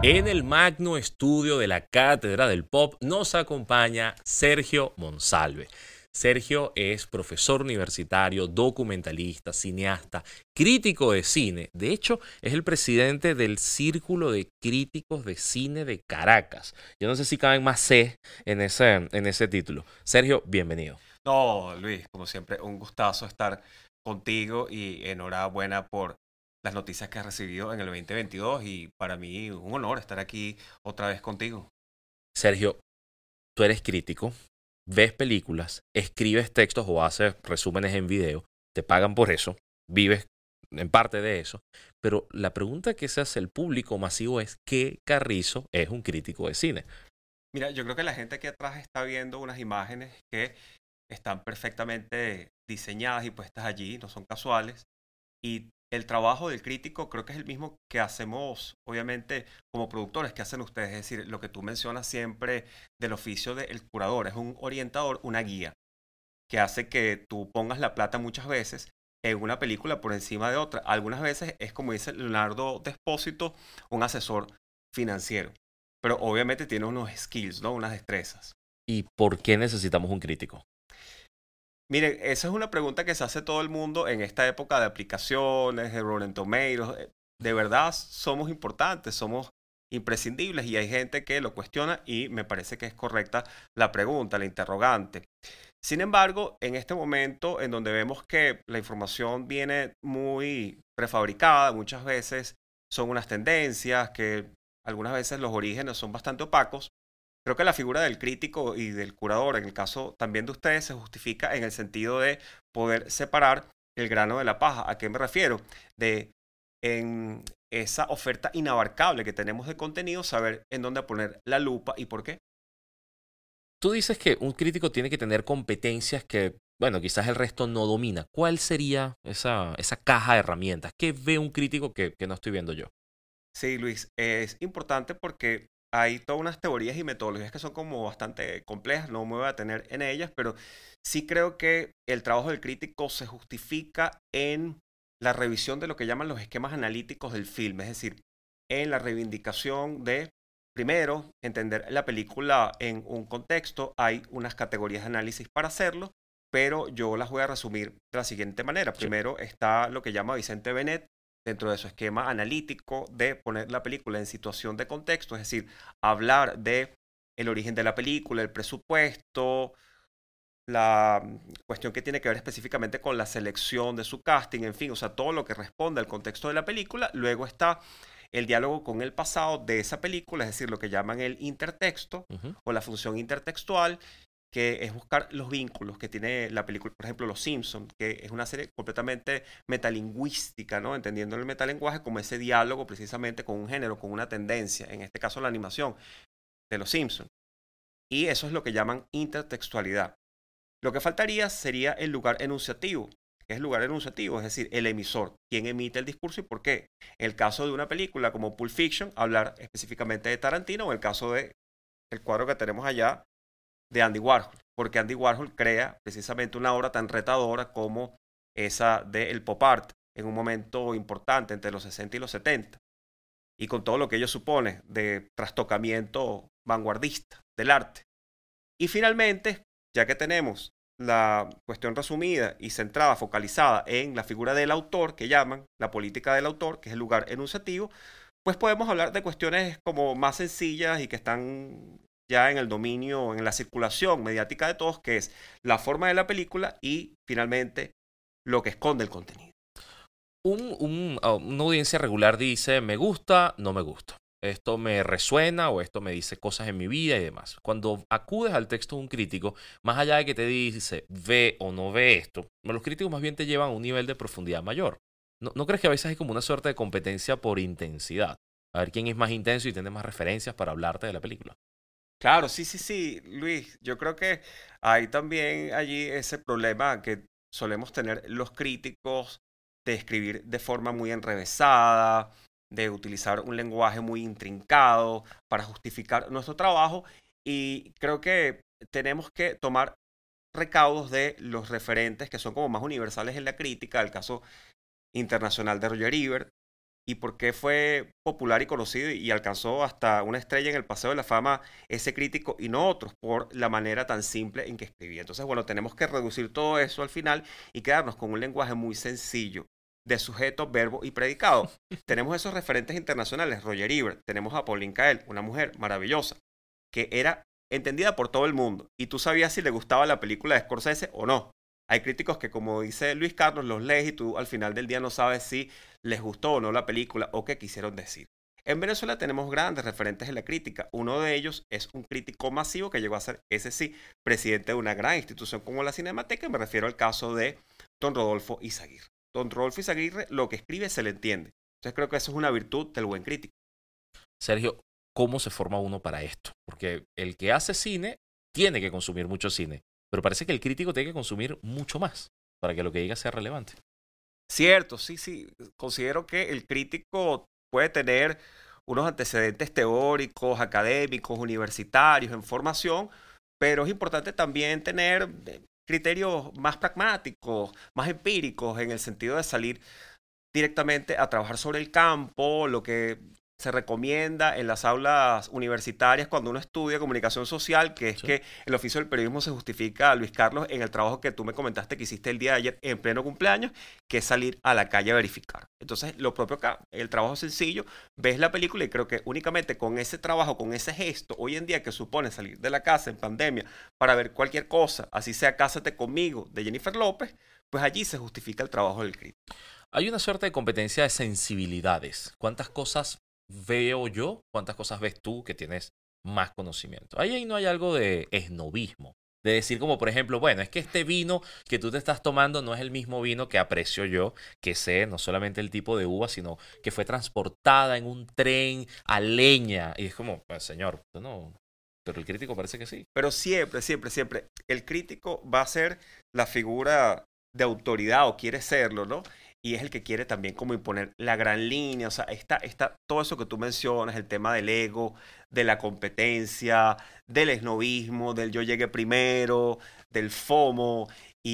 En el magno estudio de la Cátedra del Pop nos acompaña Sergio Monsalve. Sergio es profesor universitario, documentalista, cineasta, crítico de cine. De hecho, es el presidente del Círculo de Críticos de Cine de Caracas. Yo no sé si caben más C en ese título. Sergio, bienvenido. No, Luis, como siempre, un gustazo estar contigo y enhorabuena por las noticias que has recibido en el 2022 y para mí un honor estar aquí otra vez contigo. Sergio, tú eres crítico, ves películas, escribes textos o haces resúmenes en video, te pagan por eso, vives en parte de eso, pero la pregunta que se hace el público masivo es ¿qué Carrizo es un crítico de cine? Mira, yo creo que la gente aquí atrás está viendo unas imágenes que están perfectamente diseñadas y puestas allí, no son casuales. Y el trabajo del crítico creo que es el mismo que hacemos, obviamente, como productores, que hacen ustedes. Es decir, lo que tú mencionas siempre del oficio del curador, es un orientador, una guía, que hace que tú pongas la plata muchas veces en una película por encima de otra. Algunas veces es como dice Leonardo Despósito, un asesor financiero. Pero obviamente tiene unos skills, ¿no? Unas destrezas. ¿Y por qué necesitamos un crítico? Miren, esa es una pregunta que se hace todo el mundo en esta época de aplicaciones, de Rotten Tomatoes. De verdad somos importantes, somos imprescindibles y hay gente que lo cuestiona y me parece que es correcta la pregunta, la interrogante. Sin embargo, en este momento en donde vemos que la información viene muy prefabricada, muchas veces son unas tendencias que algunas veces los orígenes son bastante opacos. Creo que la figura del crítico y del curador, en el caso también de ustedes, se justifica en el sentido de poder separar el grano de la paja. ¿A qué me refiero? De en esa oferta inabarcable que tenemos de contenido, saber en dónde poner la lupa y por qué. Tú dices que un crítico tiene que tener competencias que, bueno, quizás el resto no domina. ¿Cuál sería esa caja de herramientas? ¿Qué ve un crítico que no estoy viendo yo? Sí, Luis, es importante porque hay todas unas teorías y metodologías que son como bastante complejas, no me voy a tener en ellas, pero sí creo que el trabajo del crítico se justifica en la revisión de lo que llaman los esquemas analíticos del film, es decir, en la reivindicación de, primero, entender la película en un contexto, hay unas categorías de análisis para hacerlo, pero yo las voy a resumir de la siguiente manera. Sí. Primero está lo que llama Vicente Benet dentro de su esquema analítico de poner la película en situación de contexto, es decir, hablar de el origen de la película, el presupuesto, la cuestión que tiene que ver específicamente con la selección de su casting, en fin, o sea, todo lo que responde al contexto de la película. Luego está el diálogo con el pasado de esa película, es decir, lo que llaman el intertexto Ujú. o la función intertextual, que es buscar los vínculos que tiene la película, por ejemplo, Los Simpsons, que es una serie completamente metalingüística, ¿no? Entendiendo el metalenguaje como ese diálogo precisamente con un género, con una tendencia, en este caso la animación de Los Simpsons. Y eso es lo que llaman intertextualidad. Lo que faltaría sería el lugar enunciativo. ¿Qué es el lugar enunciativo? Es decir, el emisor, quién emite el discurso y por qué. En el caso de una película como Pulp Fiction, hablar específicamente de Tarantino, o en el caso de el cuadro que tenemos allá de Andy Warhol, porque Andy Warhol crea precisamente una obra tan retadora como esa de el pop art en un momento importante entre los 60 y los 70 y con todo lo que ello supone de trastocamiento vanguardista del arte. Y finalmente, ya que tenemos la cuestión resumida y centrada, focalizada en la figura del autor, que llaman la política del autor, que es el lugar enunciativo, pues podemos hablar de cuestiones como más sencillas y que están ya en el dominio, en la circulación mediática de todos, que es la forma de la película y finalmente lo que esconde el contenido. Una audiencia regular dice, me gusta, no me gusta. Esto me resuena o esto me dice cosas en mi vida y demás. Cuando acudes al texto de un crítico, más allá de que te dice ve o no ve esto, los críticos más bien te llevan a un nivel de profundidad mayor. ¿No crees que a veces hay como una suerte de competencia por intensidad? A ver quién es más intenso y tiene más referencias para hablarte de la película. Claro, sí, sí, sí, Luis, yo creo que hay también allí ese problema que solemos tener los críticos de escribir de forma muy enrevesada, de utilizar un lenguaje muy intrincado para justificar nuestro trabajo y creo que tenemos que tomar recaudos de los referentes que son como más universales en la crítica, el caso internacional de Roger Ebert, y por qué fue popular y conocido y alcanzó hasta una estrella en el Paseo de la Fama ese crítico y no otros por la manera tan simple en que escribía. Entonces, bueno, tenemos que reducir todo eso al final y quedarnos con un lenguaje muy sencillo de sujeto, verbo y predicado. Tenemos esos referentes internacionales, Roger Ebert, tenemos a Pauline Kael, una mujer maravillosa, que era entendida por todo el mundo y tú sabías si le gustaba la película de Scorsese o no. Hay críticos que, como dice Luis Carlos, los lees y tú al final del día no sabes si les gustó o no la película o qué quisieron decir. En Venezuela tenemos grandes referentes en la crítica. Uno de ellos es un crítico masivo que llegó a ser, ese sí, presidente de una gran institución como la Cinemateca. Me refiero al caso de don Rodolfo Izaguirre. Don Rodolfo Izaguirre, lo que escribe se le entiende. Entonces creo que eso es una virtud del buen crítico. Sergio, ¿cómo se forma uno para esto? Porque el que hace cine tiene que consumir mucho cine, pero parece que el crítico tiene que consumir mucho más para que lo que diga sea relevante. Cierto, sí, sí. Considero que el crítico puede tener unos antecedentes teóricos, académicos, universitarios, en formación, pero es importante también tener criterios más pragmáticos, más empíricos, en el sentido de salir directamente a trabajar sobre el campo, lo que se recomienda en las aulas universitarias cuando uno estudia comunicación social, que es Sí. que el oficio del periodismo se justifica, Luis Carlos, en el trabajo que tú me comentaste que hiciste el día de ayer en pleno cumpleaños, que es salir a la calle a verificar. Entonces, lo propio acá, el trabajo sencillo, ves la película y creo que únicamente con ese trabajo, con ese gesto, hoy en día que supone salir de la casa en pandemia para ver cualquier cosa, así sea Cásate conmigo de Jennifer López, pues allí se justifica el trabajo del crítico. Hay una suerte de competencia de sensibilidades. ¿Cuántas cosas veo yo? ¿Cuántas cosas ves tú que tienes más conocimiento? Ahí no hay algo de esnobismo. De decir como, por ejemplo, bueno, es que este vino que tú te estás tomando no es el mismo vino que aprecio yo, que sé no solamente el tipo de uva, sino que fue transportada en un tren a leña. Y es como, pues, señor, usted no... Pero el crítico parece que sí. Pero siempre, siempre, siempre, el crítico va a ser la figura de autoridad o quiere serlo, ¿no? Y es el que quiere también como imponer la gran línea, o sea, está todo eso que tú mencionas, el tema del ego, de la competencia, del esnovismo, del yo llegué primero, del FOMO,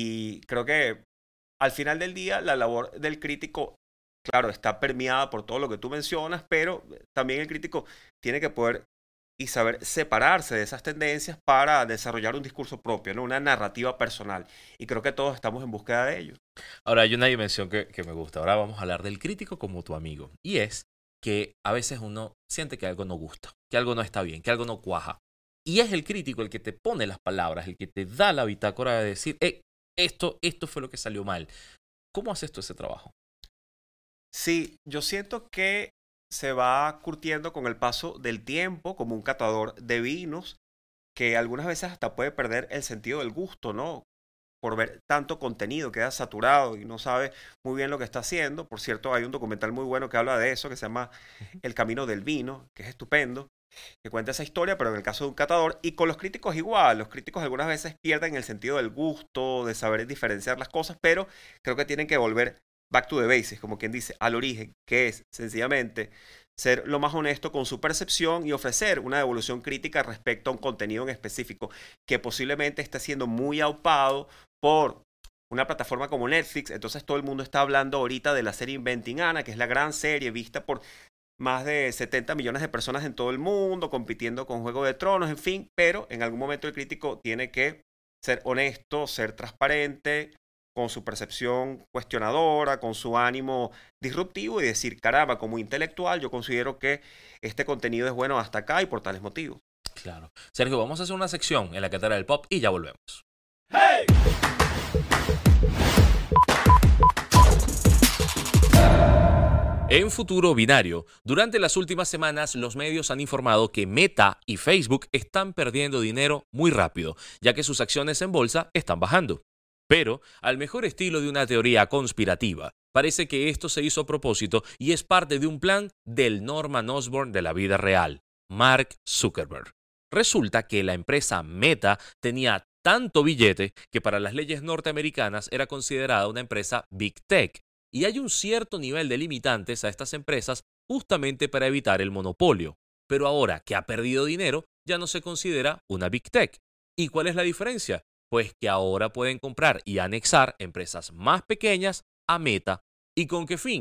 y creo que al final del día la labor del crítico, claro, está permeada por todo lo que tú mencionas, pero también el crítico tiene que poder y saber separarse de esas tendencias para desarrollar un discurso propio, ¿no? Una narrativa personal. Y creo que todos estamos en búsqueda de ello. Ahora hay una dimensión que me gusta. Ahora vamos a hablar del crítico como tu amigo. Y es que a veces uno siente que algo no gusta, que algo no está bien, que algo no cuaja. Y es el crítico el que te pone las palabras, el que te da la bitácora de decir, esto fue lo que salió mal. ¿Cómo haces tú ese trabajo? Sí, yo siento que se va curtiendo con el paso del tiempo como un catador de vinos que algunas veces hasta puede perder el sentido del gusto, ¿no? Por ver tanto contenido, queda saturado y no sabe muy bien lo que está haciendo. Por cierto, hay un documental muy bueno que habla de eso, que se llama Ujú. El Camino del Vino, que es estupendo, que cuenta esa historia, pero en el caso de un catador, y con los críticos igual, los críticos algunas veces pierden el sentido del gusto, de saber diferenciar las cosas, pero creo que tienen que volver back to the basics, como quien dice, al origen, que es sencillamente ser lo más honesto con su percepción y ofrecer una devolución crítica respecto a un contenido en específico que posiblemente esté siendo muy aupado por una plataforma como Netflix. Entonces todo el mundo está hablando ahorita de la serie Inventing Anna, que es la gran serie vista por más de 70 millones de personas en todo el mundo, compitiendo con Juego de Tronos, en fin, pero en algún momento el crítico tiene que ser honesto, ser transparente, con su percepción cuestionadora, con su ánimo disruptivo y decir, caramba, como intelectual yo considero que este contenido es bueno hasta acá y por tales motivos. Claro. Sergio, vamos a hacer una sección en la Cátedra del Pop y ya volvemos. En Futuro Binario, durante las últimas semanas los medios han informado que Meta y Facebook están perdiendo dinero muy rápido, ya que sus acciones en bolsa están bajando. Pero, al mejor estilo de una teoría conspirativa, parece que esto se hizo a propósito y es parte de un plan del Norman Osborn de la vida real, Mark Zuckerberg. Resulta que la empresa Meta tenía tanto billete que para las leyes norteamericanas era considerada una empresa Big Tech. Y hay un cierto nivel de limitantes a estas empresas justamente para evitar el monopolio. Pero ahora que ha perdido dinero, ya no se considera una Big Tech. ¿Y cuál es la diferencia? Pues que ahora pueden comprar y anexar empresas más pequeñas a Meta. ¿Y con qué fin?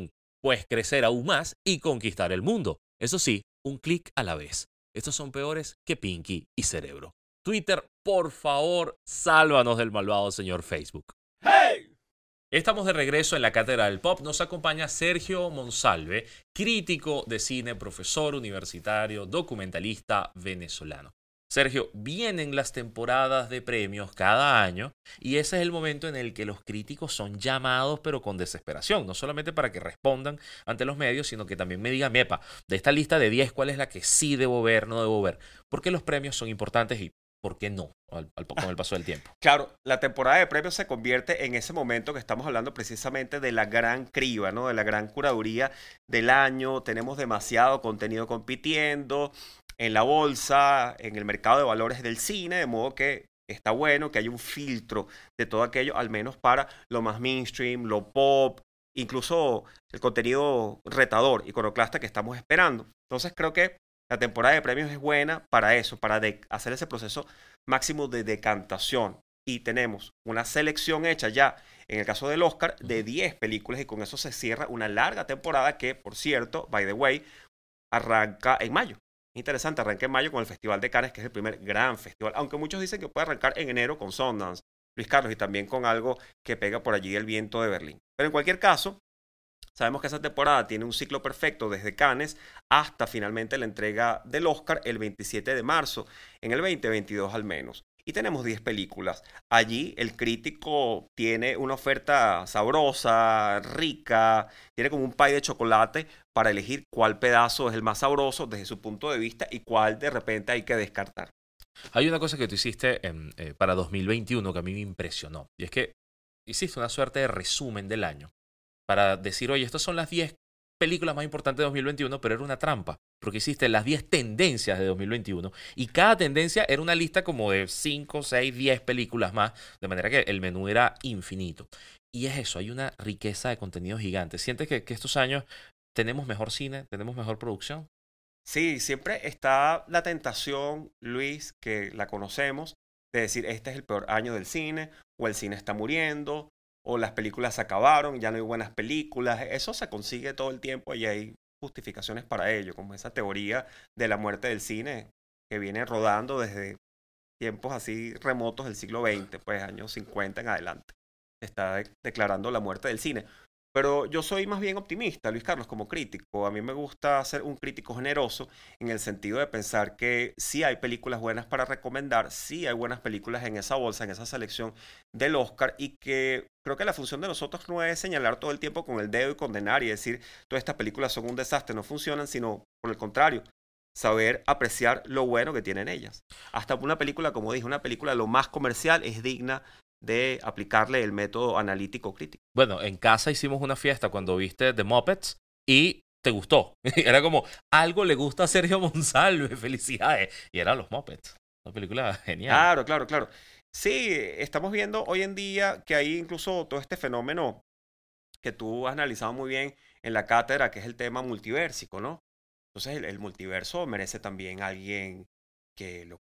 puedes crecer aún más y conquistar el mundo. Eso sí, un clic a la vez. Estos son peores que Pinky y Cerebro. Twitter, por favor, sálvanos del malvado señor Facebook. ¡Hey! Estamos de regreso en la Cátedra del Pop. Nos acompaña Sergio Monsalve, crítico de cine, profesor universitario, documentalista venezolano. Sergio, vienen las temporadas de premios cada año y ese es el momento en el que los críticos son llamados pero con desesperación, no solamente para que respondan ante los medios, sino que también me digan, mepa, de esta lista de 10, ¿cuál es la que sí debo ver, no debo ver? ¿Por qué los premios son importantes y por qué no con el paso del tiempo? Claro, la temporada de premios se convierte en ese momento que estamos hablando precisamente de la gran criba, ¿no? De la gran curaduría del año. Tenemos demasiado contenido compitiendo en la bolsa, en el mercado de valores del cine, de modo que está bueno que haya un filtro de todo aquello, al menos para lo más mainstream, lo pop, incluso el contenido retador, iconoclasta que estamos esperando. Entonces creo que la temporada de premios es buena para eso, para hacer ese proceso máximo de decantación. Y tenemos una selección hecha ya, en el caso del Oscar, de 10 películas y con eso se cierra una larga temporada que, por cierto, by the way, arranca en mayo. Interesante, arranca en mayo con el Festival de Cannes, que es el primer gran festival, aunque muchos dicen que puede arrancar en enero con Sundance, Luis Carlos, y también con algo que pega por allí el viento de Berlín. Pero en cualquier caso, sabemos que esa temporada tiene un ciclo perfecto desde Cannes hasta finalmente la entrega del Oscar el 27 de marzo, en el 2022 al menos. Y tenemos 10 películas. Allí el crítico tiene una oferta sabrosa, rica, tiene como un pie de chocolate para elegir cuál pedazo es el más sabroso desde su punto de vista y cuál de repente hay que descartar. Hay una cosa que tú hiciste para 2021 que a mí me impresionó, y es que hiciste una suerte de resumen del año para decir, oye, estas son las 10 películas más importantes de 2021, pero era una trampa, porque hiciste las 10 tendencias de 2021 y cada tendencia era una lista como de 5, 6, 10 películas más, de manera que el menú era infinito. Y es eso, hay una riqueza de contenido gigante. ¿Sientes que estos años tenemos mejor cine, tenemos mejor producción? Sí, siempre está la tentación, Luis, que la conocemos, de decir, este es el peor año del cine, o el cine está muriendo, o las películas se acabaron, ya no hay buenas películas. Eso se consigue todo el tiempo y hay justificaciones para ello, como esa teoría de la muerte del cine que viene rodando desde tiempos así remotos del siglo XX, pues años 50 en adelante. Está declarando la muerte del cine. Pero yo soy más bien optimista, Luis Carlos, como crítico. A mí me gusta ser un crítico generoso en el sentido de pensar que sí hay películas buenas para recomendar, sí hay buenas películas en esa bolsa, en esa selección del Oscar y que creo que la función de nosotros no es señalar todo el tiempo con el dedo y condenar y decir todas estas películas son un desastre, no funcionan, sino por el contrario, saber apreciar lo bueno que tienen ellas. Hasta una película, como dije, una película lo más comercial es digna de aplicarle el método analítico crítico. Bueno, en casa hicimos una fiesta cuando viste The Muppets y te gustó. Era como, algo le gusta a Sergio Monsalve, felicidades. Y eran los Muppets. Una película genial. Claro, claro, claro. Sí, estamos viendo hoy en día que hay incluso todo este fenómeno que tú has analizado muy bien en la cátedra, que es el tema multiversico, ¿no? Entonces el multiverso merece también alguien que lo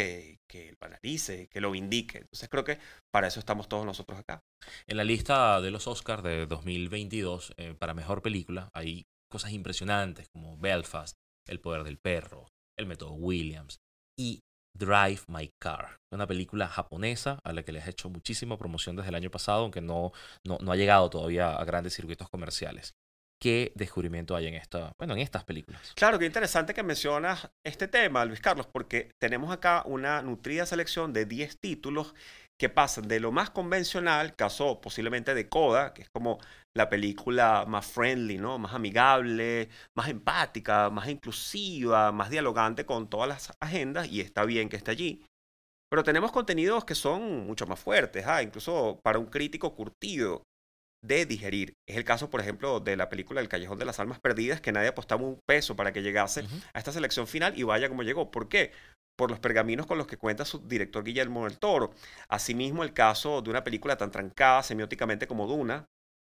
que lo analice, que lo indique. Entonces creo que para eso estamos todos nosotros acá. En la lista de los Oscars de 2022, para mejor película, hay cosas impresionantes como Belfast, El poder del perro, El método Williams y Drive My Car, una película japonesa a la que les he hecho muchísima promoción desde el año pasado, aunque no ha llegado todavía a grandes circuitos comerciales. ¿Qué descubrimiento hay en estas películas? Claro, qué interesante que mencionas este tema, Luis Carlos, porque tenemos acá una nutrida selección de 10 títulos que pasan de lo más convencional, caso posiblemente de Coda, que es como la película más friendly, ¿no? Más amigable, más empática, más inclusiva, más dialogante con todas las agendas, y está bien que esté allí. Pero tenemos contenidos que son mucho más fuertes, incluso para un crítico curtido de digerir. Es el caso, por ejemplo, de la película El Callejón de las Almas Perdidas, que nadie apostaba un peso para que llegase a esta selección final y vaya como llegó. ¿Por qué? Por los pergaminos con los que cuenta su director Guillermo del Toro. Asimismo, el caso de una película tan trancada semióticamente como Duna,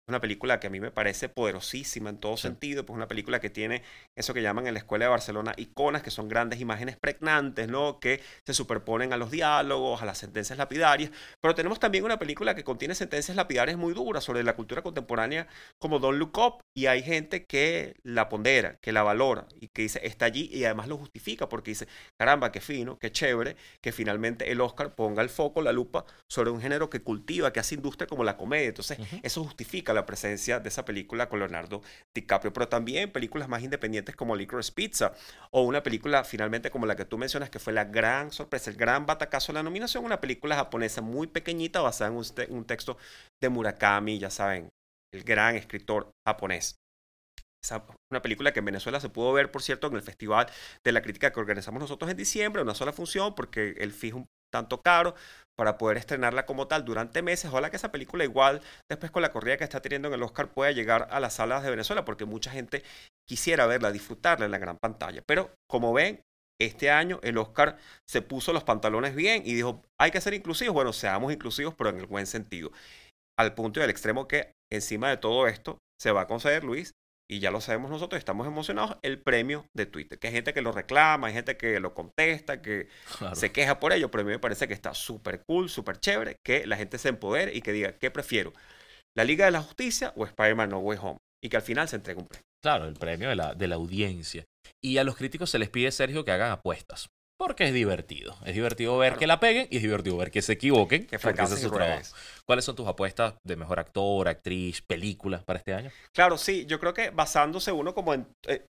Una película que a mí me parece poderosísima en todo sentido, pues una película que tiene eso que llaman en la Escuela de Barcelona iconas, que son grandes imágenes pregnantes, ¿no? Que se superponen a los diálogos, a las sentencias lapidarias. Pero tenemos también una película que contiene sentencias lapidarias muy duras sobre la cultura contemporánea, como Don't Look Up, y hay gente que la pondera, que la valora y que dice está allí y además lo justifica porque dice, caramba, qué fino, qué chévere, que finalmente el Oscar ponga el foco, la lupa sobre un género que cultiva, que hace industria como la comedia. Entonces, eso justifica la presencia de esa película con Leonardo DiCaprio, pero también películas más independientes como Licorice Pizza o una película finalmente como la que tú mencionas que fue la gran sorpresa, el gran batacazo de la nominación, una película japonesa muy pequeñita basada en un texto de Murakami, ya saben, el gran escritor japonés. Una película que en Venezuela se pudo ver, por cierto, en el Festival de la Crítica que organizamos nosotros en diciembre, una sola función, porque el fee es un tanto caro para poder estrenarla como tal durante meses. Ojalá que esa película igual, después con la corrida que está teniendo en el Oscar, pueda llegar a las salas de Venezuela, porque mucha gente quisiera verla, disfrutarla en la gran pantalla. Pero, como ven, este año el Oscar se puso los pantalones bien y dijo, hay que ser inclusivos. Bueno, seamos inclusivos, pero en el buen sentido. Al punto y al extremo que encima de todo esto se va a conceder, Luis, y ya lo sabemos nosotros, estamos emocionados, el premio de Twitter, que hay gente que lo reclama, hay gente que lo contesta, que se queja por ello, pero a mí me parece que está súper cool, súper chévere, que la gente se empodere y que diga, ¿qué prefiero? ¿La Liga de la Justicia o Spider-Man No Way Home? Y que al final se entregue un premio. Claro, el premio de la audiencia. Y a los críticos se les pide, Sergio, que hagan apuestas. Porque es divertido. Es divertido ver que la peguen y es divertido ver que se equivoquen. Que porque ese es su trabajo. ruedes. ¿Cuáles son tus apuestas de mejor actor, actriz, película para este año? Claro, sí, yo creo que basándose uno como en...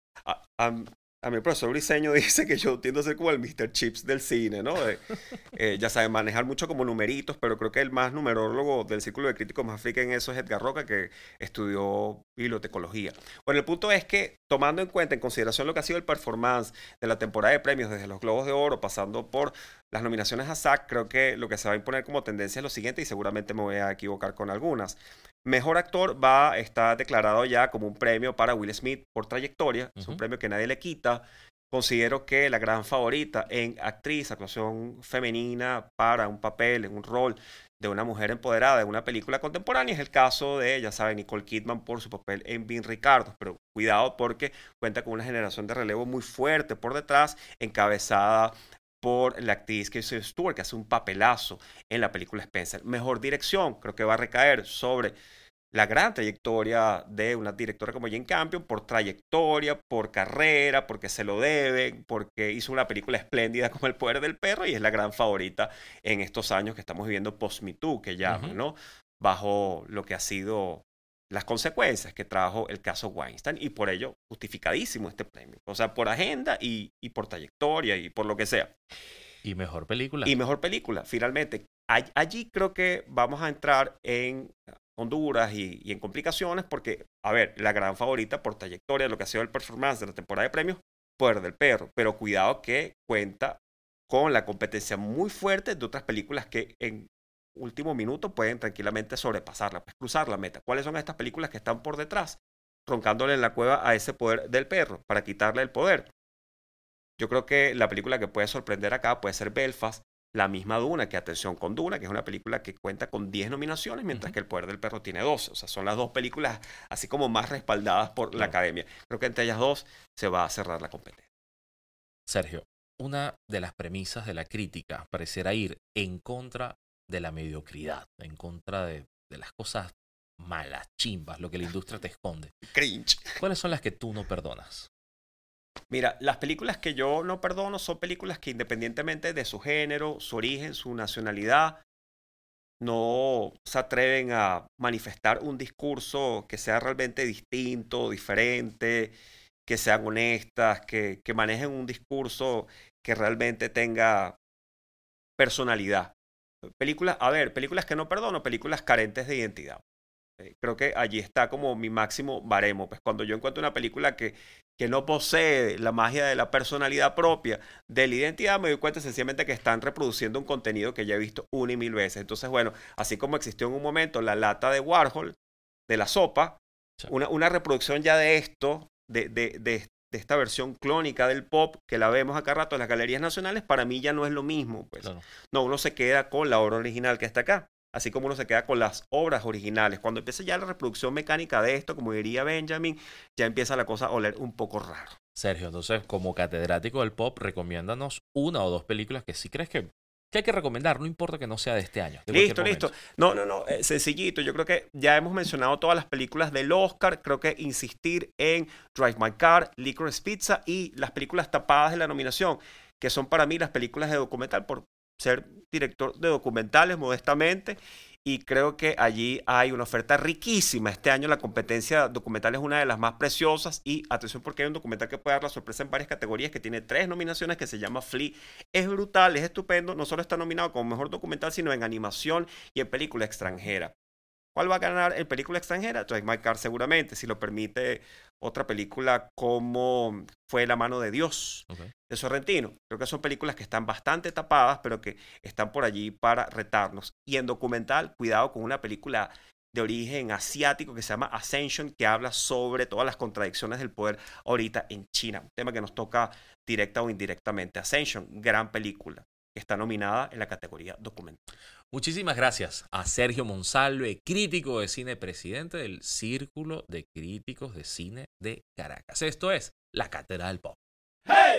a mi profesor Briseño dice que yo tiendo a ser como el Mr. Chips del cine, ¿no? Ya saben, manejar mucho como numeritos, pero creo que el más numerólogo del Círculo de Críticos más friki en eso es Edgar Roca, que estudió bibliotecología. Bueno, el punto es que, tomando en cuenta, en consideración lo que ha sido el performance de la temporada de premios, desde los Globos de Oro, pasando por las nominaciones a SAG, creo que lo que se va a imponer como tendencia es lo siguiente, y seguramente me voy a equivocar con algunas. Mejor actor está declarado ya como un premio para Will Smith por trayectoria. Es un premio que nadie le quita. Considero que la gran favorita en actriz, actuación femenina para un papel, en un rol de una mujer empoderada en una película contemporánea, es el caso de, ya saben, Nicole Kidman por su papel en Being Ricardo. Pero cuidado porque cuenta con una generación de relevo muy fuerte por detrás, encabezada por la actriz Kristen Stewart, que hace un papelazo en la película Spencer. Mejor dirección, creo que va a recaer sobre la gran trayectoria de una directora como Jane Campion, por trayectoria, por carrera, porque se lo deben, porque hizo una película espléndida como El Poder del Perro y es la gran favorita en estos años que estamos viviendo post-Me Too, que llaman, ¿no? Bajo lo que ha sido las consecuencias que trajo el caso Weinstein y por ello justificadísimo este premio. O sea, por agenda y por trayectoria y por lo que sea. Y mejor película. Y mejor película, finalmente. Allí creo que vamos a entrar en Honduras y en complicaciones porque, a ver, la gran favorita por trayectoria, lo que ha sido el performance de la temporada de premios, Poder del Perro. Pero cuidado que cuenta con la competencia muy fuerte de otras películas que en último minuto pueden tranquilamente sobrepasarla, pues cruzar la meta. ¿Cuáles son estas películas que están por detrás, roncándole en la cueva a ese Poder del Perro para quitarle el poder? Yo creo que la película que puede sorprender acá puede ser Belfast, la misma Duna, que atención con Duna, que es una película que cuenta con 10 nominaciones, mientras que El Poder del Perro tiene 12. O sea, son las dos películas así como más respaldadas por la academia. Creo que entre ellas dos se va a cerrar la competencia. Sergio, una de las premisas de la crítica pareciera ir en contra de la mediocridad, en contra de las cosas malas, chimbas, lo que la industria te esconde. Cringe. ¿Cuáles son las que tú no perdonas? Mira, las películas que yo no perdono son películas que independientemente de su género, su origen, su nacionalidad, no se atreven a manifestar un discurso que sea realmente distinto, diferente, que sean honestas, que manejen un discurso que realmente tenga personalidad. Películas que no perdono, películas carentes de identidad. Creo que allí está como mi máximo baremo. Pues cuando yo encuentro una película que no posee la magia de la personalidad propia, de la identidad, me doy cuenta sencillamente que están reproduciendo un contenido que ya he visto una y mil veces. Entonces, bueno, así como existió en un momento la lata de Warhol, de la sopa, Sí. una reproducción ya de esto, de esta versión clónica del pop que la vemos acá rato en las galerías nacionales, para mí ya no es lo mismo. Pues. Claro. No, uno se queda con la obra original que está acá. así como uno se queda con las obras originales. Cuando empieza ya la reproducción mecánica de esto, como diría Benjamin, ya empieza la cosa a oler un poco raro. Sergio, entonces, como catedrático del pop, recomiéndanos una o dos películas que sí crees que hay que recomendar, no importa que no sea de este año. Listo. No, sencillito. Yo creo que ya hemos mencionado todas las películas del Oscar. Creo que insistir en Drive My Car, Licorice Pizza y las películas tapadas de la nominación, que son para mí las películas de documental, por ser director de documentales modestamente. Y creo que allí hay una oferta riquísima. Este año la competencia documental es una de las más preciosas. Y atención, porque hay un documental que puede dar la sorpresa en varias categorías, que tiene 3 nominaciones, que se llama Flea. Es brutal, es estupendo. No solo está nominado como mejor documental, sino en animación y en película extranjera. ¿Cuál va a ganar en película extranjera? Drive My Car seguramente, si lo permite otra película como fue La mano de Dios, de Sorrentino. Creo que son películas que están bastante tapadas, pero que están por allí para retarnos. Y en documental, cuidado con una película de origen asiático que se llama Ascension, que habla sobre todas las contradicciones del poder ahorita en China. Un tema que nos toca directa o indirectamente. Ascension, gran película, que está nominada en la categoría documental. Muchísimas gracias a Sergio Monsalve, crítico de cine, presidente del Círculo de Críticos de Cine de Caracas. Esto es La Cátedra del Pop. ¡Hey!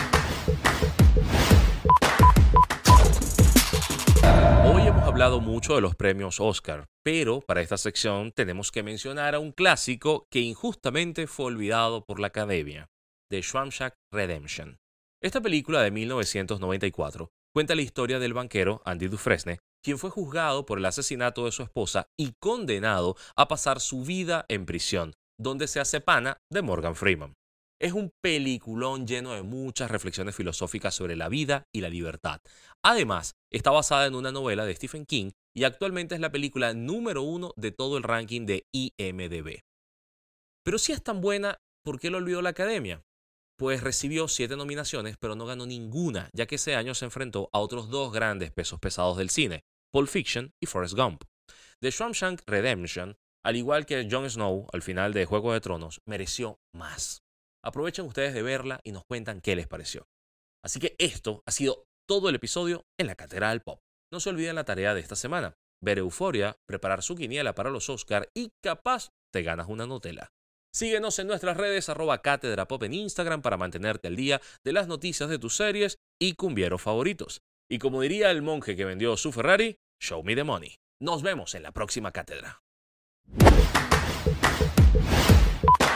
Hoy hemos hablado mucho de los premios Oscar, pero para esta sección tenemos que mencionar a un clásico que injustamente fue olvidado por la Academia, The Shawshank Redemption. Esta película de 1994 cuenta la historia del banquero Andy Dufresne, quien fue juzgado por el asesinato de su esposa y condenado a pasar su vida en prisión, donde se hace pana de Morgan Freeman. Es un peliculón lleno de muchas reflexiones filosóficas sobre la vida y la libertad. Además, está basada en una novela de Stephen King y actualmente es la película número 1 de todo el ranking de IMDb. Pero si es tan buena, ¿por qué lo olvidó la Academia? Pues recibió 7 nominaciones, pero no ganó ninguna, ya que ese año se enfrentó a otros 2 grandes pesos pesados del cine, Pulp Fiction y Forrest Gump. The Shawshank Redemption, al igual que Jon Snow al final de Juego de Tronos, mereció más. Aprovechen ustedes de verla y nos cuentan qué les pareció. Así que esto ha sido todo el episodio en la Cátedra del Pop. No se olviden la tarea de esta semana: ver Euphoria, preparar su quiniela para los Oscar y capaz te ganas una Nutella. Síguenos en nuestras redes @CátedraPop en Instagram para mantenerte al día de las noticias de tus series y cumbieros favoritos. Y como diría el monje que vendió su Ferrari, show me the money. Nos vemos en la próxima cátedra.